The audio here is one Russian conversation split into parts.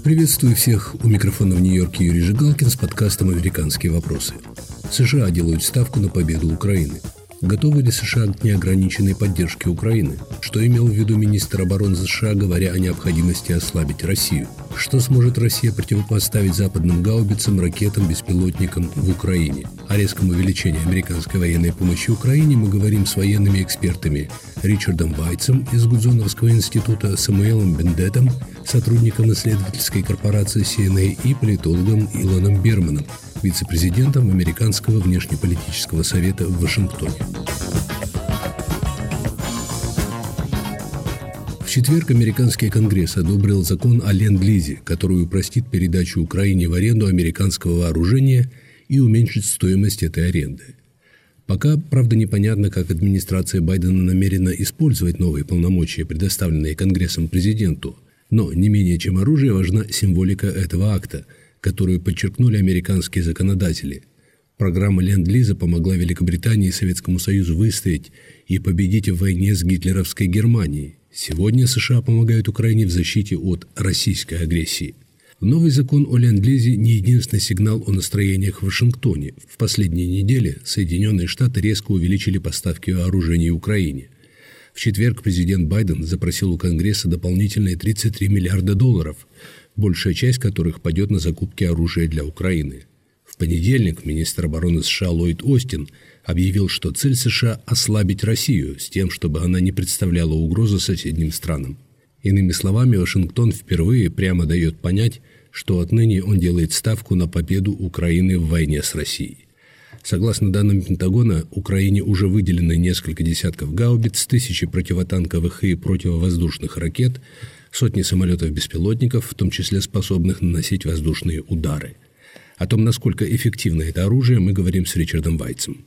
Приветствую всех. У микрофона в Нью-Йорке Юрий Жигалкин с подкастом «Американские вопросы». США делают ставку на победу Украины. Готовы ли США к неограниченной поддержке Украины? Что имел в виду министр обороны США, говоря о необходимости ослабить Россию? Что сможет Россия противопоставить западным гаубицам, ракетам, беспилотникам в Украине? О резком увеличении американской военной помощи Украине мы говорим с военными экспертами Ричардом Вайтсом из Гудзоновского института, Самуэлом Бендетом, сотрудником исследовательской корпорации CNA, и политологом Илоном Берманом, вице-президентом Американского внешнеполитического совета в Вашингтоне. В четверг американский Конгресс одобрил закон о ленд-лизе, который упростит передачу Украине в аренду американского вооружения и уменьшит стоимость этой аренды. Пока, правда, непонятно, как администрация Байдена намерена использовать новые полномочия, предоставленные Конгрессом президенту. Но не менее чем оружие важна символика этого акта, которую подчеркнули американские законодатели. Программа ленд-лиза помогла Великобритании и Советскому Союзу выстоять и победить в войне с гитлеровской Германией. Сегодня США помогают Украине в защите от российской агрессии. Новый закон о ленд-лизе не единственный сигнал о настроениях в Вашингтоне. В последние недели Соединенные Штаты резко увеличили поставки вооружений Украине. В четверг президент Байден запросил у Конгресса дополнительные $33 миллиарда, большая часть которых пойдет на закупки оружия для Украины. В понедельник министр обороны США Ллойд Остин объявил, что цель США – ослабить Россию с тем, чтобы она не представляла угрозы соседним странам. Иными словами, Вашингтон впервые прямо дает понять, что отныне он делает ставку на победу Украины в войне с Россией. Согласно данным Пентагона, Украине уже выделены несколько десятков гаубиц, тысячи противотанковых и противовоздушных ракет, сотни самолетов-беспилотников, в том числе способных наносить воздушные удары. О том, насколько эффективно это оружие, мы говорим с Ричардом Вайтсом.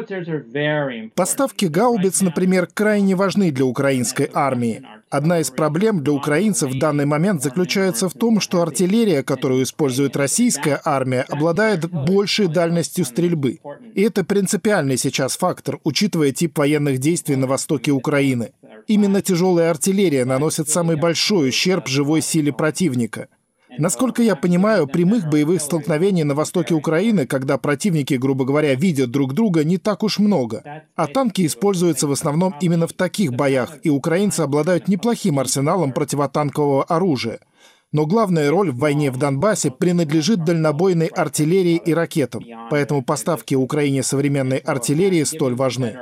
Поставки гаубиц, например, крайне важны для украинской армии. Одна из проблем для украинцев в данный момент заключается в том, что артиллерия, которую использует российская армия, обладает большей дальностью стрельбы. И это принципиальный сейчас фактор, учитывая тип военных действий на востоке Украины. Именно тяжелая артиллерия наносит самый большой ущерб живой силе противника. Насколько я понимаю, прямых боевых столкновений на востоке Украины, когда противники, грубо говоря, видят друг друга, не так уж много. А танки используются в основном именно в таких боях, и украинцы обладают неплохим арсеналом противотанкового оружия. Но главная роль в войне в Донбассе принадлежит дальнобойной артиллерии и ракетам. Поэтому поставки Украине современной артиллерии столь важны.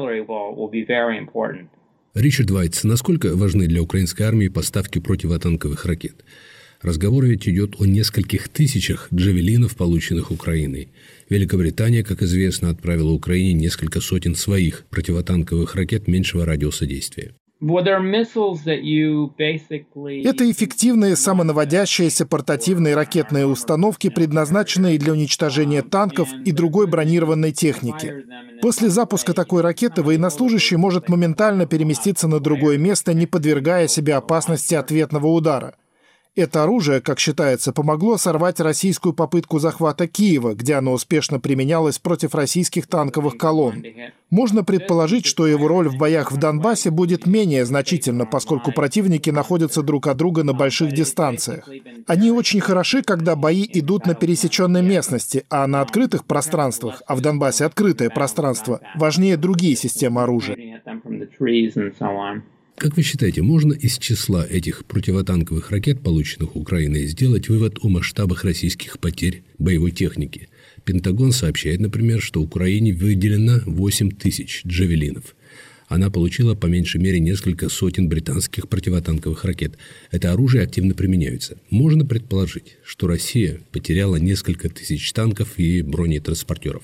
Ричард Вайтс, насколько важны для украинской армии поставки противотанковых ракет? Разговор ведь идет о нескольких тысячах джавелинов, полученных Украиной. Великобритания, как известно, отправила Украине несколько сотен своих противотанковых ракет меньшего радиуса действия. Это эффективные самонаводящиеся портативные ракетные установки, предназначенные для уничтожения танков и другой бронированной техники. После запуска такой ракеты военнослужащий может моментально переместиться на другое место, не подвергая себя опасности ответного удара. Это оружие, как считается, помогло сорвать российскую попытку захвата Киева, где оно успешно применялось против российских танковых колонн. Можно предположить, что его роль в боях в Донбассе будет менее значительна, поскольку противники находятся друг от друга на больших дистанциях. Они очень хороши, когда бои идут на пересеченной местности, а на открытых пространствах, а в Донбассе открытое пространство, важнее другие системы оружия. Как вы считаете, можно из числа этих противотанковых ракет, полученных Украиной, сделать вывод о масштабах российских потерь боевой техники? Пентагон сообщает, например, что Украине выделено 8 тысяч джавелинов. Она получила по меньшей мере несколько сотен британских противотанковых ракет. Это оружие активно применяется. Можно предположить, что Россия потеряла несколько тысяч танков и бронетранспортеров.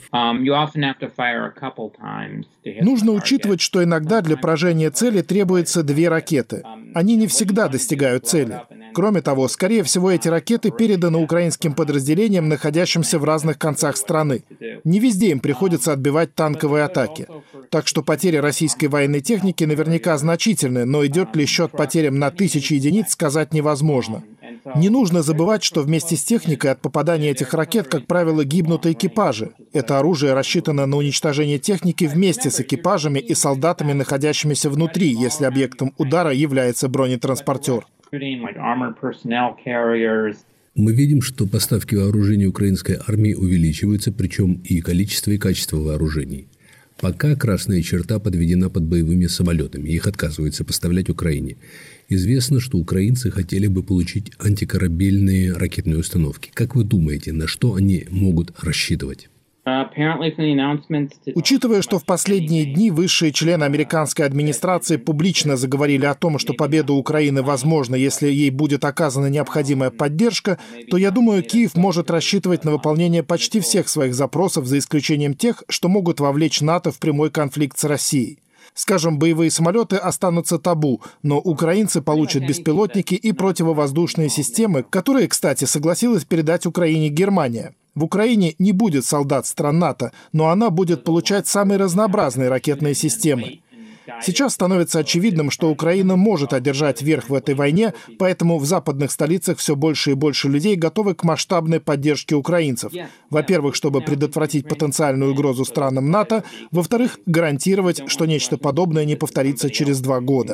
Нужно учитывать, что иногда для поражения цели требуется 2 ракеты. Они не всегда достигают цели. Кроме того, скорее всего, эти ракеты переданы украинским подразделениям, находящимся в разных концах страны. Не везде им приходится отбивать танковые атаки. Так что потери российской военной техники наверняка значительны, но идет ли счет потерям на тысячи единиц, сказать невозможно. Не нужно забывать, что вместе с техникой от попадания этих ракет, как правило, гибнут экипажи. Это оружие рассчитано на уничтожение техники вместе с экипажами и солдатами, находящимися внутри, если объектом удара является бронетранспортер. Мы видим, что поставки вооружений украинской армии увеличиваются, причем и количество, и качество вооружений. Пока красная черта подведена под боевыми самолетами, их отказываются поставлять Украине. Известно, что украинцы хотели бы получить антикорабельные ракетные установки. Как вы думаете, на что они могут рассчитывать? Учитывая, что в последние дни высшие члены американской администрации публично заговорили о том, что победа Украины возможна, если ей будет оказана необходимая поддержка, то, я думаю, Киев может рассчитывать на выполнение почти всех своих запросов, за исключением тех, что могут вовлечь НАТО в прямой конфликт с Россией. Скажем, боевые самолеты останутся табу, но украинцы получат беспилотники и противовоздушные системы, которые, кстати, согласилась передать Украине Германия. В Украине не будет солдат стран НАТО, но она будет получать самые разнообразные ракетные системы. Сейчас становится очевидным, что Украина может одержать верх в этой войне, поэтому в западных столицах все больше и больше людей готовы к масштабной поддержке украинцев. Во-первых, чтобы предотвратить потенциальную угрозу странам НАТО, во-вторых, гарантировать, что нечто подобное не повторится через 2 года.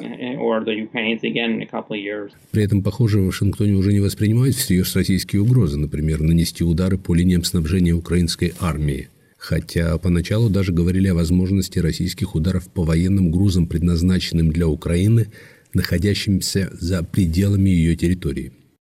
При этом, похоже, в Вашингтоне уже не воспринимают всерьез российские угрозы, например, нанести удары по линиям снабжения украинской армии. Хотя поначалу даже говорили о возможности российских ударов по военным грузам, предназначенным для Украины, находящимся за пределами ее территории.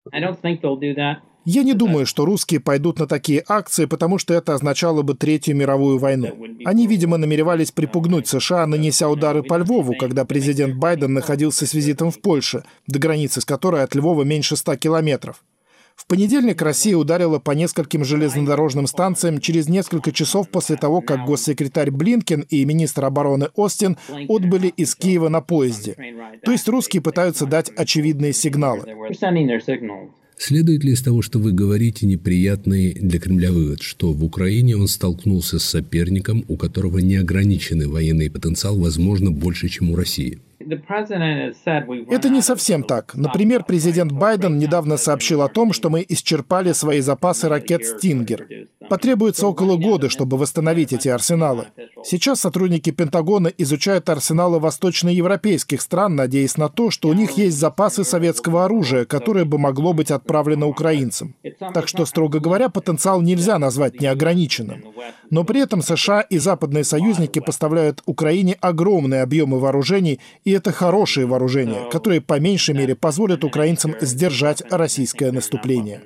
Я не думаю, что русские пойдут на такие акции, потому что это означало бы Третью мировую войну. Они, видимо, намеревались припугнуть США, нанеся удары по Львову, когда президент Байден находился с визитом в Польше, до границы с которой от Львова меньше 100 километров. В понедельник Россия ударила по нескольким железнодорожным станциям через несколько часов после того, как госсекретарь Блинкен и министр обороны Остин отбыли из Киева на поезде. То есть русские пытаются дать очевидные сигналы. Следует ли из того, что вы говорите, неприятный для Кремля вывод, что в Украине он столкнулся с соперником, у которого неограниченный военный потенциал, возможно, больше, чем у России? Это не совсем так. Например, президент Байден недавно сообщил о том, что мы исчерпали свои запасы ракет «Стингер». Потребуется около года, чтобы восстановить эти арсеналы. Сейчас сотрудники Пентагона изучают арсеналы восточноевропейских стран, надеясь на то, что у них есть запасы советского оружия, которое бы могло быть отправлено украинцам. Так что, строго говоря, потенциал нельзя назвать неограниченным. Но при этом США и западные союзники поставляют Украине огромные объемы вооружений, и это хорошие вооружения, которые по меньшей мере позволят украинцам сдержать российское наступление.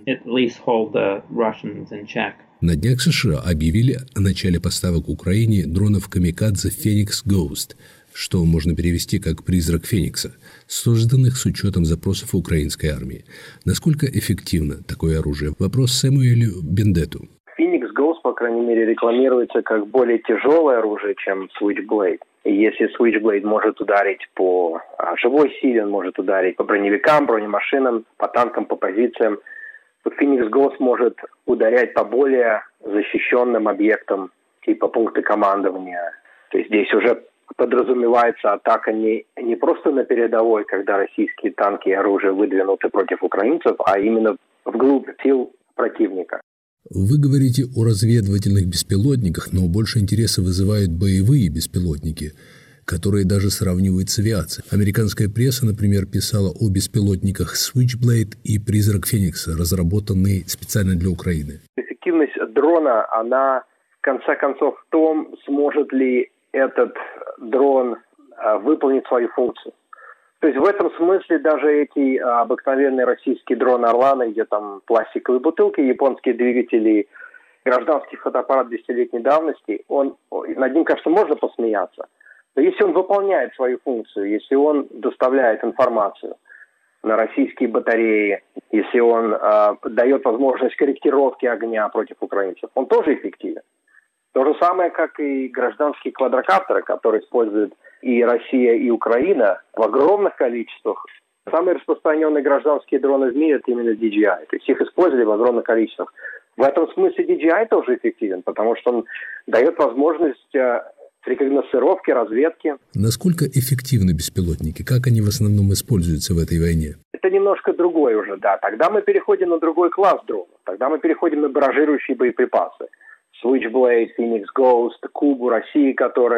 На днях США объявили о начале поставок Украине дронов «Камикадзе» «Феникс Гоуст», что можно перевести как «призрак Феникса», созданных с учетом запросов украинской армии. Насколько эффективно такое оружие? Вопрос Сэмюэлю Бендету. «Феникс Гоуст», по крайней мере, рекламируется как более тяжелое оружие, чем Switchblade. И если Switchblade может ударить по живой силе, он может ударить по броневикам, бронемашинам, по танкам, по позициям, то Phoenix Ghost может ударять по более защищенным объектам, типа пункты командования. То есть здесь уже подразумевается атака не просто на передовой, когда российские танки и оружие выдвинуты против украинцев, а именно вглубь сил противника. Вы говорите о разведывательных беспилотниках, но больше интереса вызывают боевые беспилотники, которые даже сравнивают с авиацией. Американская пресса, например, писала о беспилотниках Switchblade и «Призрак Феникса», разработанные специально для Украины. Эффективность дрона, она в конце концов в том, сможет ли этот дрон выполнить свою функцию. То есть в этом смысле даже эти обыкновенные российские дроны «Орланы», где там пластиковые бутылки, японские двигатели, гражданский фотоаппарат 10-летней давности, над ним, кажется, можно посмеяться. Но если он выполняет свою функцию, если он доставляет информацию на российские батареи, если он дает возможность корректировки огня против украинцев, он тоже эффективен. То же самое, как и гражданские квадрокоптеры, которые используют и Россия, и Украина в огромных количествах. Самые распространенные гражданские дроны в мире – это именно DJI. То есть их использовали в огромных количествах. В этом смысле DJI тоже эффективен, потому что он дает возможность рекогносцировки, разведки. Насколько эффективны беспилотники? Как они в основном используются в этой войне? Это немножко другое уже, да. Тогда мы переходим на другой класс дронов. Тогда мы переходим на барражирующие боеприпасы. Switchblade, Phoenix Ghost, Кубу, России, которая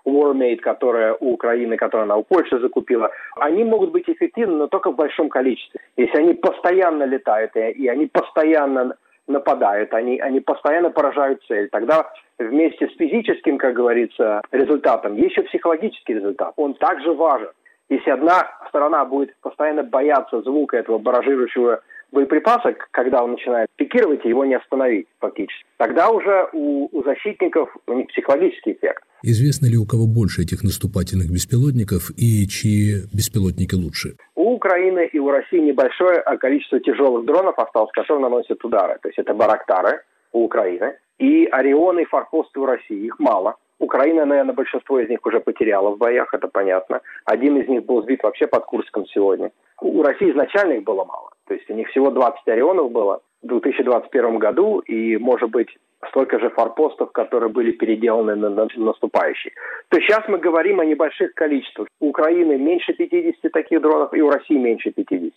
Warmate, которая у Украины, которую она у Польши закупила, они могут быть эффективны, но только в большом количестве. Если они постоянно летают, и они постоянно нападают, они постоянно поражают цель, тогда вместе с физическим, как говорится, результатом, есть еще психологический результат. Он также важен. Если одна сторона будет постоянно бояться звука этого баражирующего боеприпаса, когда он начинает пикировать, его не остановить фактически, тогда уже у защитников у них психологический эффект. Известно ли, у кого больше этих наступательных беспилотников и чьи беспилотники лучше? У Украины и у России небольшое количество тяжелых дронов осталось, которые наносят удары. То есть это Байрактары у Украины и Орионы и Форпосты у России. Их мало. Украина, наверное, большинство из них уже потеряла в боях, это понятно. Один из них был сбит вообще под Курском сегодня. У России изначально их было мало. То есть у них всего 20 Орионов было в 2021 году и, может быть, столько же форпостов, которые были переделаны на наступающие. То есть сейчас мы говорим о небольших количествах. У Украины меньше 50 таких дронов, и у России меньше 50.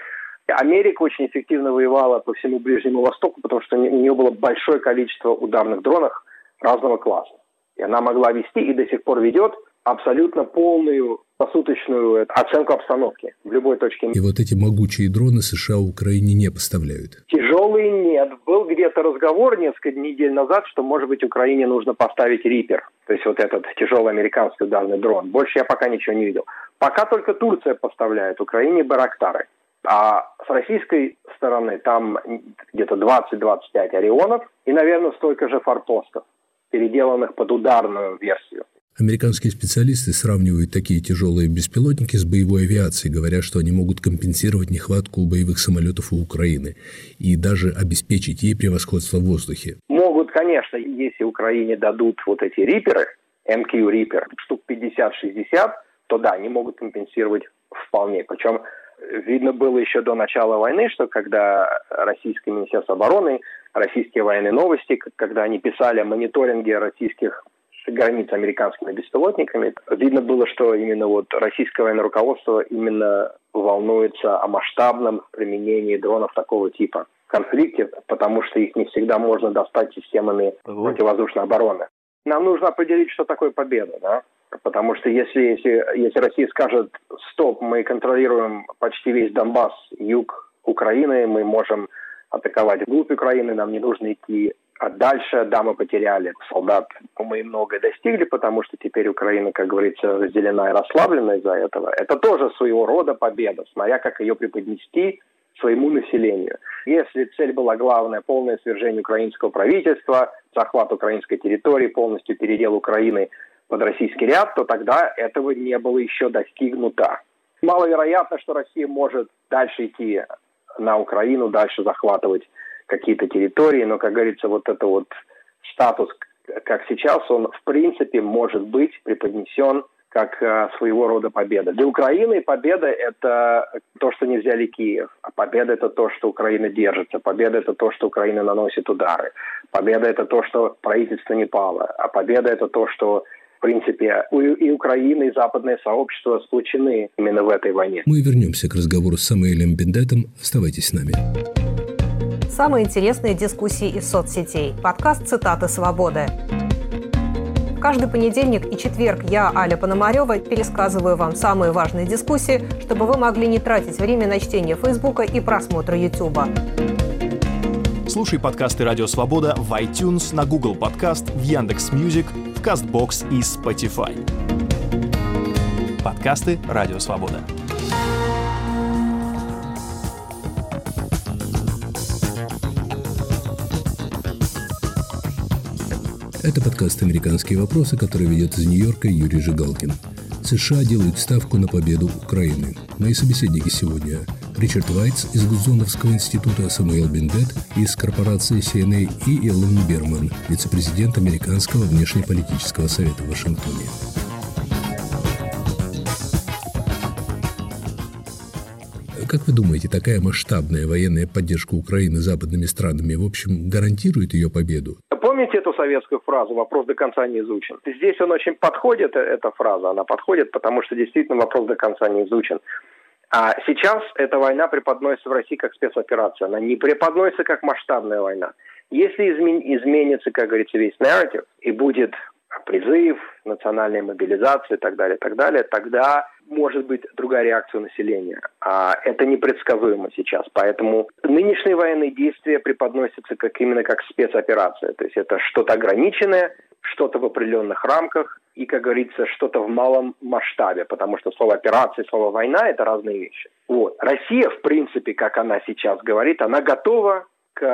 Америка очень эффективно воевала по всему Ближнему Востоку, потому что у нее было большое количество ударных дронов разного класса. И она могла вести и до сих пор ведет абсолютно полную посуточную оценку обстановки в любой точке мира. И вот эти могучие дроны США Украине не поставляют? Тяжелые нет. Был где-то разговор несколько недель назад, что, может быть, Украине нужно поставить Рипер. То есть вот этот тяжелый американский ударный дрон. Больше я пока ничего не видел. Пока только Турция поставляет Украине Байрактары. А с российской стороны там где-то 20-25 Орионов и, наверное, столько же форпостов, переделанных под ударную версию. Американские специалисты сравнивают такие тяжелые беспилотники с боевой авиацией, говоря, что они могут компенсировать нехватку боевых самолетов у Украины и даже обеспечить ей превосходство в воздухе. Могут, конечно, если Украине дадут вот эти Риперы, МК Рипер, штук 50-60, то да, они могут компенсировать вполне. Причем видно было еще до начала войны, что когда российское Министерство обороны, российские военные новости, когда они писали о мониторинге российских границ американскими беспилотниками, видно было, что именно вот российское военное руководство именно волнуется о масштабном применении дронов такого типа в конфликте, потому что их не всегда можно достать системами противовоздушной обороны. Нам нужно определить, что такое победа, да? Потому что если Россия скажет «стоп, мы контролируем почти весь Донбасс, юг Украины, мы можем атаковать вглубь Украины, нам не нужно идти дальше, да, мы потеряли солдат, мы многое достигли, потому что теперь Украина, как говорится, разделена и расслаблена из-за этого». Это тоже своего рода победа, смотря как ее преподнести своему населению. Если цель была главная — полное свержение украинского правительства, захват украинской территории, полностью передел Украины под российский ряд, то тогда этого не было еще достигнуто. Маловероятно, что Россия может дальше идти на Украину, дальше захватывать какие-то территории, но, как говорится, вот это вот статус, как сейчас, он в принципе может быть преподнесен как своего рода победа. Для Украины победа – это то, что не взяли Киев, а победа – это то, что Украина держится, победа – это то, что Украина наносит удары, победа – это то, что правительство не пало, а победа – это то, что в принципе, и Украина, и западное сообщество сплочены именно в этой войне. Мы вернемся к разговору с Самуэлем Бендетом. Оставайтесь с нами. Самые интересные дискуссии из соцсетей. Подкаст «Цитаты свободы». Каждый понедельник и четверг я, Аля Пономарёва, пересказываю вам самые важные дискуссии, чтобы вы могли не тратить время на чтение Фейсбука и просмотра Ютуба. Слушай подкасты «Радио Свобода» в iTunes, на Google Подкаст, в Яндекс.Мьюзик, в Castbox и Spotify. Подкасты «Радио Свобода». Это подкаст «Американские вопросы», который ведет из Нью-Йорка Юрий Жигалкин. США делают ставку на победу Украины. Мои собеседники сегодня – Ричард Вайтс из Гудзоновского института, Самуэл Бендет из корпорации CNA и Эллен Берман, вице-президент Американского внешнеполитического совета в Вашингтоне. Как вы думаете, такая масштабная военная поддержка Украины западными странами, в общем, гарантирует ее победу? Помните эту советскую фразу «вопрос до конца не изучен»? Здесь он очень подходит, эта фраза, она подходит, потому что действительно вопрос до конца не изучен. А сейчас эта война преподносится в России как спецоперация, она не преподносится как масштабная война. Если изменится, как говорится, весь нарратив и будет призыв, национальная мобилизация и так далее, тогда может быть другая реакция населения. А это непредсказуемо сейчас. Поэтому нынешние военные действия преподносятся именно как спецоперация. То есть это что-то ограниченное, что-то в определенных рамках и, как говорится, что-то в малом масштабе, потому что слово «операция» и слово «война» – это разные вещи. Вот. Россия, в принципе, как она сейчас говорит, она готова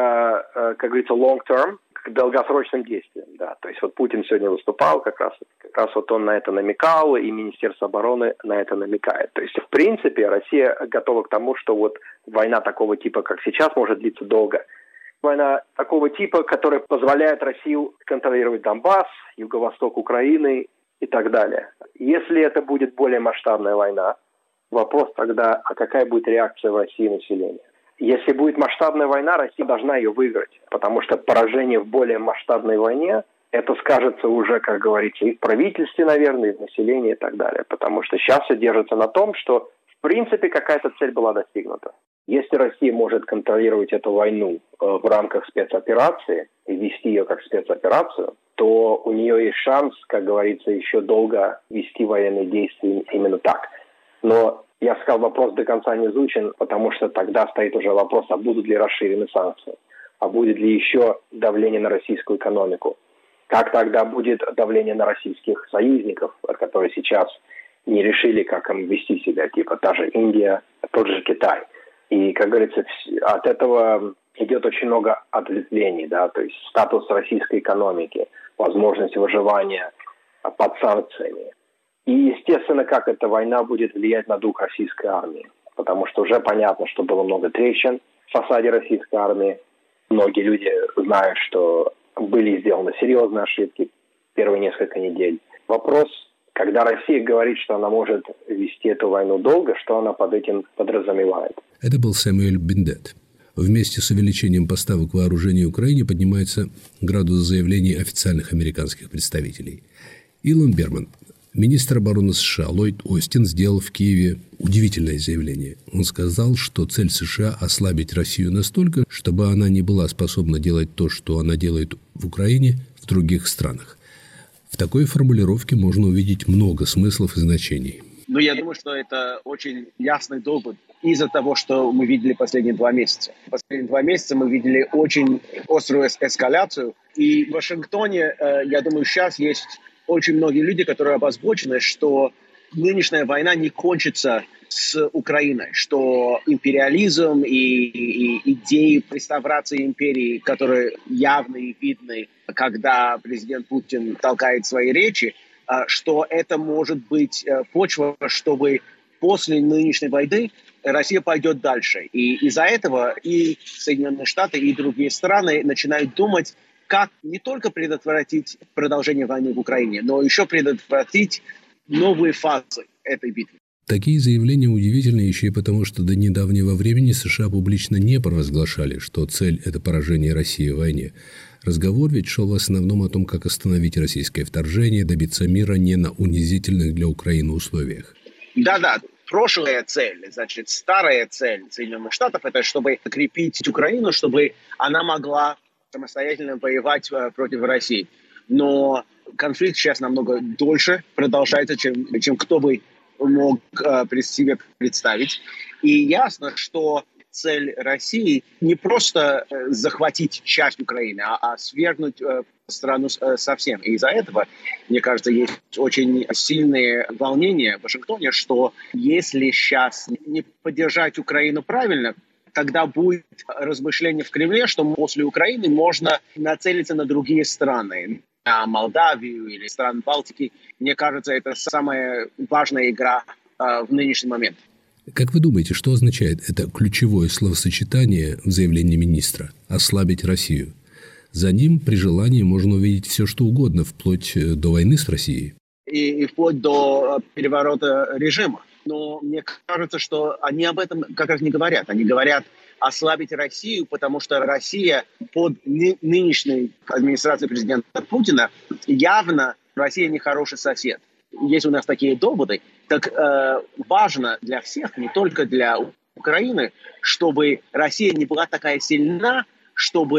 как говорится, long-term, к долгосрочным действиям. Да. То есть вот Путин сегодня выступал, как раз вот он на это намекал, и Министерство обороны на это намекает. То есть, в принципе, Россия готова к тому, что вот война такого типа, как сейчас, может длиться долго. Война такого типа, которая позволяет России контролировать Донбасс, юго-восток Украины и так далее. Если это будет более масштабная война, вопрос тогда, а какая будет реакция в России населения? Если будет масштабная война, Россия должна ее выиграть, потому что поражение в более масштабной войне, это скажется уже, как говорится, и в правительстве, наверное, и в населении и так далее. Потому что сейчас все держится на том, что, в принципе, какая-то цель была достигнута. Если Россия может контролировать эту войну в рамках спецоперации и вести ее как спецоперацию, то у нее есть шанс, как говорится, еще долго вести военные действия именно так. Но я сказал, вопрос до конца не изучен, потому что тогда стоит уже вопрос, а будут ли расширены санкции, а будет ли еще давление на российскую экономику, как тогда будет давление на российских союзников, которые сейчас не решили, как им вести себя, типа та же Индия, тот же Китай. И, как говорится, от этого идет очень много ответвлений, да, то есть статус российской экономики, возможность выживания под санкциями. И, естественно, как эта война будет влиять на дух российской армии. Потому что уже понятно, что было много трещин в фасаде российской армии. Многие люди знают, что были сделаны серьезные ошибки первые несколько недель. Вопрос, когда Россия говорит, что она может вести эту войну долго, что она под этим подразумевает. Это был Сэмюэль Биндет. Вместе с увеличением поставок вооружений Украине поднимается градус заявлений официальных американских представителей. Илон Берман. Министр обороны США Ллойд Остин сделал в Киеве удивительное заявление. Он сказал, что цель США – ослабить Россию настолько, чтобы она не была способна делать то, что она делает в Украине, в других странах. В такой формулировке можно увидеть много смыслов и значений. Но я думаю, что это очень ясный довод из-за того, что мы видели последние 2 месяца. Последние 2 месяца мы видели очень острую эскаляцию. И в Вашингтоне, я думаю, сейчас есть очень многие люди, которые обозначены, что нынешняя война не кончится с Украиной, что империализм и идеи реставрации империи, которые явны и видны, когда президент Путин толкает свои речи, что это может быть почва, чтобы после нынешней войны Россия пойдет дальше. И из-за этого и Соединенные Штаты, и другие страны начинают думать, как не только предотвратить продолжение войны в Украине, но еще предотвратить новые фазы этой битвы. Такие заявления удивительны еще и потому, что до недавнего времени США публично не провозглашали, что цель – это поражение России в войне. Разговор ведь шел в основном о том, как остановить российское вторжение, добиться мира не на унизительных для Украины условиях. Да-да. Прошлая цель, значит, старая цель Соединенных Штатов – это чтобы укрепить Украину, чтобы она могла самостоятельно воевать против России. Но конфликт сейчас намного дольше продолжается, чем кто бы мог себе представить. И ясно, что цель России не просто захватить часть Украины, а свергнуть страну совсем. И из-за этого, мне кажется, есть очень сильные волнения в Вашингтоне, что если сейчас не поддержать Украину правильно, тогда будет размышление в Кремле, что после Украины можно нацелиться на другие страны, на Молдавию или страны Балтики. Мне кажется, это самая важная игра в нынешний момент. Как вы думаете, что означает это ключевое словосочетание в заявлении министра «ослабить Россию»? За ним при желании можно увидеть все, что угодно, вплоть до войны с Россией. И вплоть до переворота режима. Но мне кажется, что они об этом как раз не говорят. Они говорят ослабить Россию, потому что Россия под нынешней администрацией президента Путина явно Россия не хороший сосед. Если у нас такие доводы, так важно для всех, не только для Украины, чтобы Россия не была такая сильна, чтобы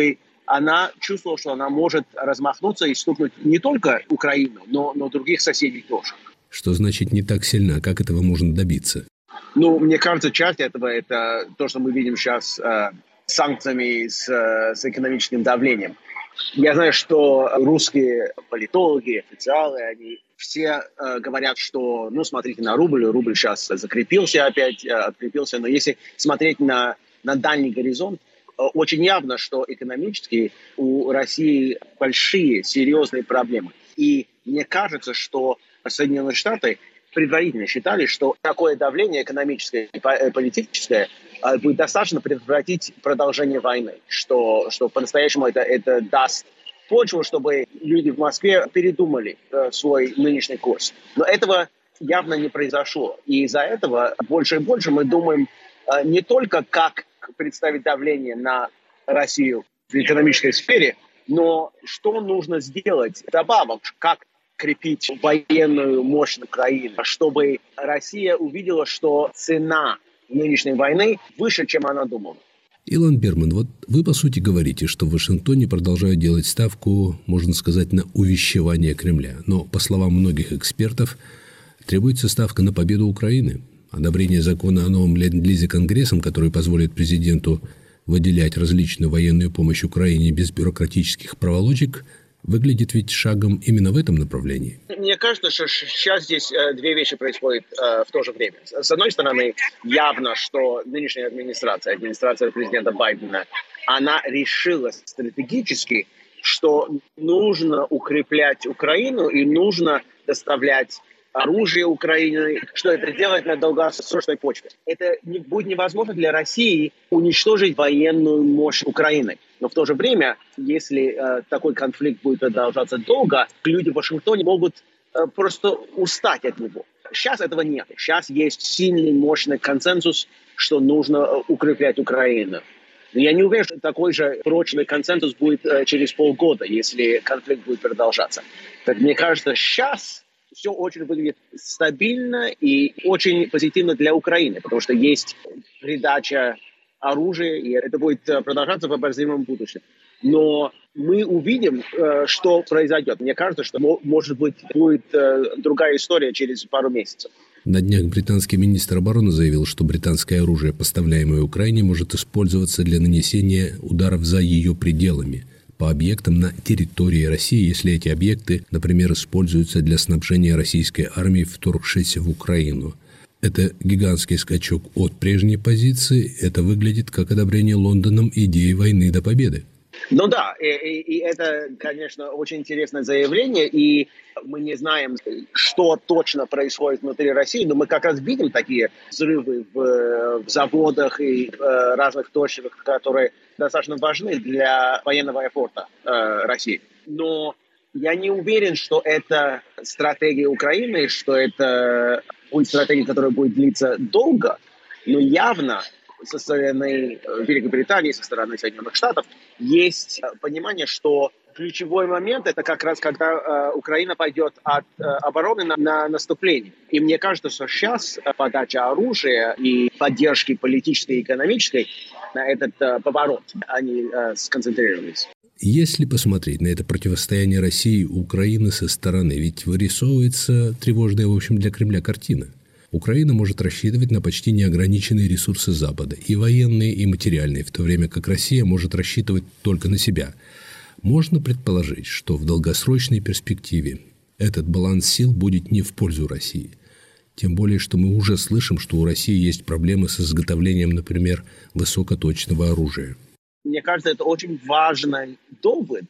она чувствовала, что она может размахнуться и стукнуть не только Украину, но других соседей тоже. Что значит не так сильно? Как этого можно добиться? Мне кажется, часть этого – это то, что мы видим сейчас с санкциями, с экономическим давлением. Я знаю, что русские политологи, официалы, они все говорят, что, смотрите на рубль сейчас закрепился опять, открепился, но если смотреть на дальний горизонт, очень явно, что экономически у России большие, серьезные проблемы. И мне кажется, что Соединенные Штаты предварительно считали, что такое давление экономическое и политическое будет достаточно предотвратить продолжение войны, что по-настоящему это даст почву, чтобы люди в Москве передумали свой нынешний курс. Но этого явно не произошло. И из-за этого больше и больше мы думаем не только, как представить давление на Россию в экономической сфере, но что нужно сделать добавок, как крепить военную мощь Украины, чтобы Россия увидела, что цена нынешней войны выше, чем она думала. Илон Берман, вы по сути говорите, что в Вашингтоне продолжают делать ставку, можно сказать, на увещевание Кремля. Но, по словам многих экспертов, требуется ставка на победу Украины. Одобрение закона о новом ленд-лизе Конгрессом, который позволит президенту выделять различную военную помощь Украине без бюрократических проволочек, выглядит ведь шагом именно в этом направлении. Мне кажется, что сейчас здесь две вещи происходят в то же время. С одной стороны, явно, что нынешняя администрация президента Байдена, она решила стратегически, что нужно укреплять Украину и нужно доставлять оружие Украины, что это делать на долгосрочной почве. Это будет невозможно для России уничтожить военную мощь Украины. Но в то же время, если такой конфликт будет продолжаться долго, люди в Вашингтоне могут просто устать от него. Сейчас этого нет. Сейчас есть сильный, мощный консенсус, что нужно укреплять Украину. Но я не уверен, что такой же прочный консенсус будет через полгода, если конфликт будет продолжаться. Так мне кажется, сейчас все очень выглядит стабильно и очень позитивно для Украины, потому что есть передача оружия, и это будет продолжаться в обозримом будущем. Но мы увидим, что произойдет. Мне кажется, что, может быть, будет другая история через пару месяцев. На днях британский министр обороны заявил, что британское оружие, поставляемое Украине, может использоваться для нанесения ударов за ее пределами по объектам на территории России, если эти объекты, например, используются для снабжения российской армии, вторгшейся в Украину. Это гигантский скачок от прежней позиции. Это выглядит как одобрение Лондоном идеи войны до победы. Ну да, и это, конечно, очень интересное заявление, и мы не знаем, что точно происходит внутри России, но мы как раз видим такие взрывы в заводах и разных точках, которые достаточно важны для военного эфорта России. Но я не уверен, что это стратегия Украины, что это будет стратегия, которая будет длиться долго, но явно со стороны Великобритании, со стороны Соединенных Штатов есть понимание, что ключевой момент – это как раз когда Украина пойдет от обороны на наступление. И мне кажется, что сейчас подача оружия и поддержки политической и экономической на этот поворот, они сконцентрировались. Если посмотреть на это противостояние России и Украины со стороны, ведь вырисовывается тревожная, в общем, для Кремля картина. Украина может рассчитывать на почти неограниченные ресурсы Запада, и военные, и материальные, в то время как Россия может рассчитывать только на себя. Можно предположить, что в долгосрочной перспективе этот баланс сил будет не в пользу России. Тем более, что мы уже слышим, что у России есть проблемы с изготовлением, например, высокоточного оружия. Мне кажется, это очень важный довод.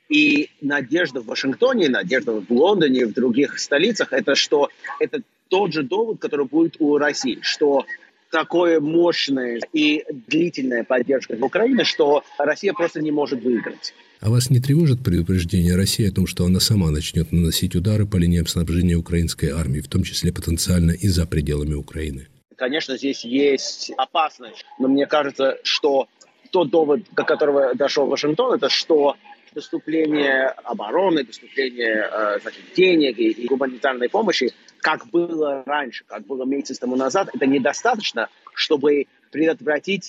И надежда в Вашингтоне, надежда в Лондоне, в других столицах, это что это тот же довод, который будет у России, что такое мощная и длительная поддержка в Украине, что Россия просто не может выиграть. А вас не тревожит предупреждение России о том, что она сама начнет наносить удары по линиям снабжения украинской армии, в том числе потенциально и за пределами Украины? Конечно, здесь есть опасность, но мне кажется, что тот довод, до которого дошел Вашингтон, это что доступление обороны, доступление денег и гуманитарной помощи, как было раньше, как было месяц тому назад, это недостаточно, чтобы предотвратить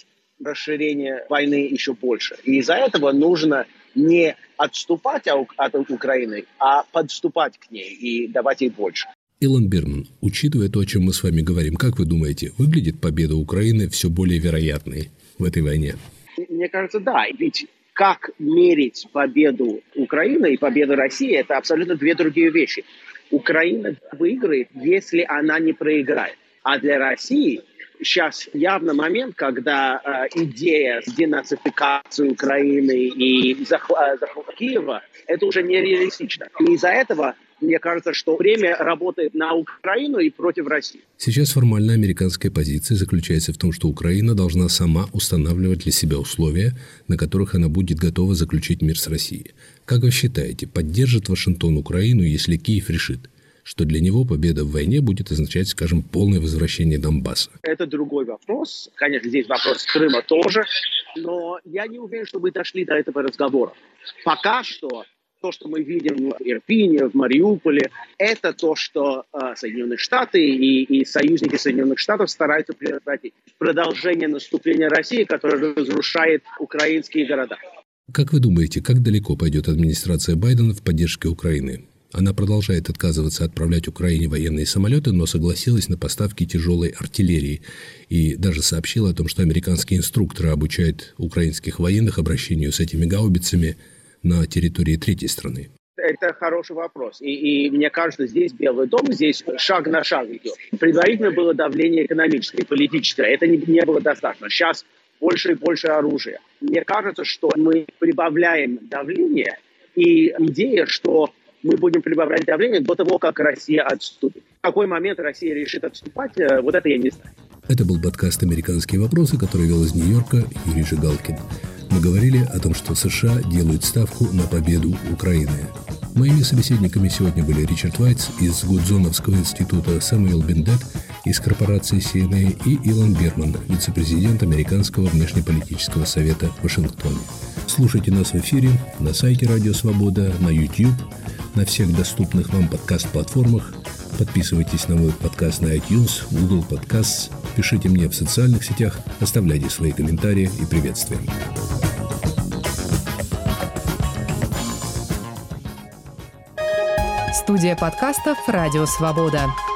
расширение войны еще больше. И из-за этого нужно не отступать от Украины, а подступать к ней и давать ей больше. Илон Берман, учитывая то, о чем мы с вами говорим, как вы думаете, выглядит победа Украины все более вероятной в этой войне? Мне кажется, да. Ведь как мерить победу Украины и победу России – это абсолютно две другие вещи. Украина выиграет, если она не проиграет. А для России сейчас явно момент, когда идея с денацификацией Украины и захвата Киева – это уже нереалистично. И из-за этого мне кажется, что время работает на Украину и против России. Сейчас формально американская позиция заключается в том, что Украина должна сама устанавливать для себя условия, на которых она будет готова заключить мир с Россией. Как вы считаете, поддержит Вашингтон Украину, если Киев решит, что для него победа в войне будет означать, скажем, полное возвращение Донбасса? Это другой вопрос. Конечно, здесь вопрос Крыма тоже. Но я не уверен, что мы дошли до этого разговора. Пока что то, что мы видим в Ирпине, в Мариуполе, это то, что Соединенные Штаты и союзники Соединенных Штатов стараются предотвратить. Продолжение наступления России, которое разрушает украинские города. Как вы думаете, как далеко пойдет администрация Байдена в поддержке Украины? Она продолжает отказываться отправлять Украине военные самолеты, но согласилась на поставки тяжелой артиллерии и даже сообщила о том, что американские инструкторы обучают украинских военных обращению с этими гаубицами на территории третьей страны. Это хороший вопрос. И мне кажется, здесь Белый дом, здесь шаг на шаг идет. Предварительно было давление экономическое, политическое. Это не было достаточно. Сейчас больше и больше оружия. Мне кажется, что мы прибавляем давление, и идея, что мы будем прибавлять давление до того, как Россия отступит. В какой момент Россия решит отступать, вот это я не знаю. Это был подкаст «Американские вопросы», который вел из Нью-Йорка Юрий Жигалкин. Мы говорили о том, что США делают ставку на победу Украины. Моими собеседниками сегодня были Ричард Вайтс из Гудзоновского института, Самуэл Бендет из корпорации CNA и Илон Берман, вице-президент Американского внешнеполитического совета в Вашингтоне. Слушайте нас в эфире на сайте Радио Свобода, на YouTube, на всех доступных вам подкаст-платформах. Подписывайтесь на мой подкаст на iTunes, Google Podcasts, пишите мне в социальных сетях, оставляйте свои комментарии и приветствия. Студия подкастов «Радио Свобода».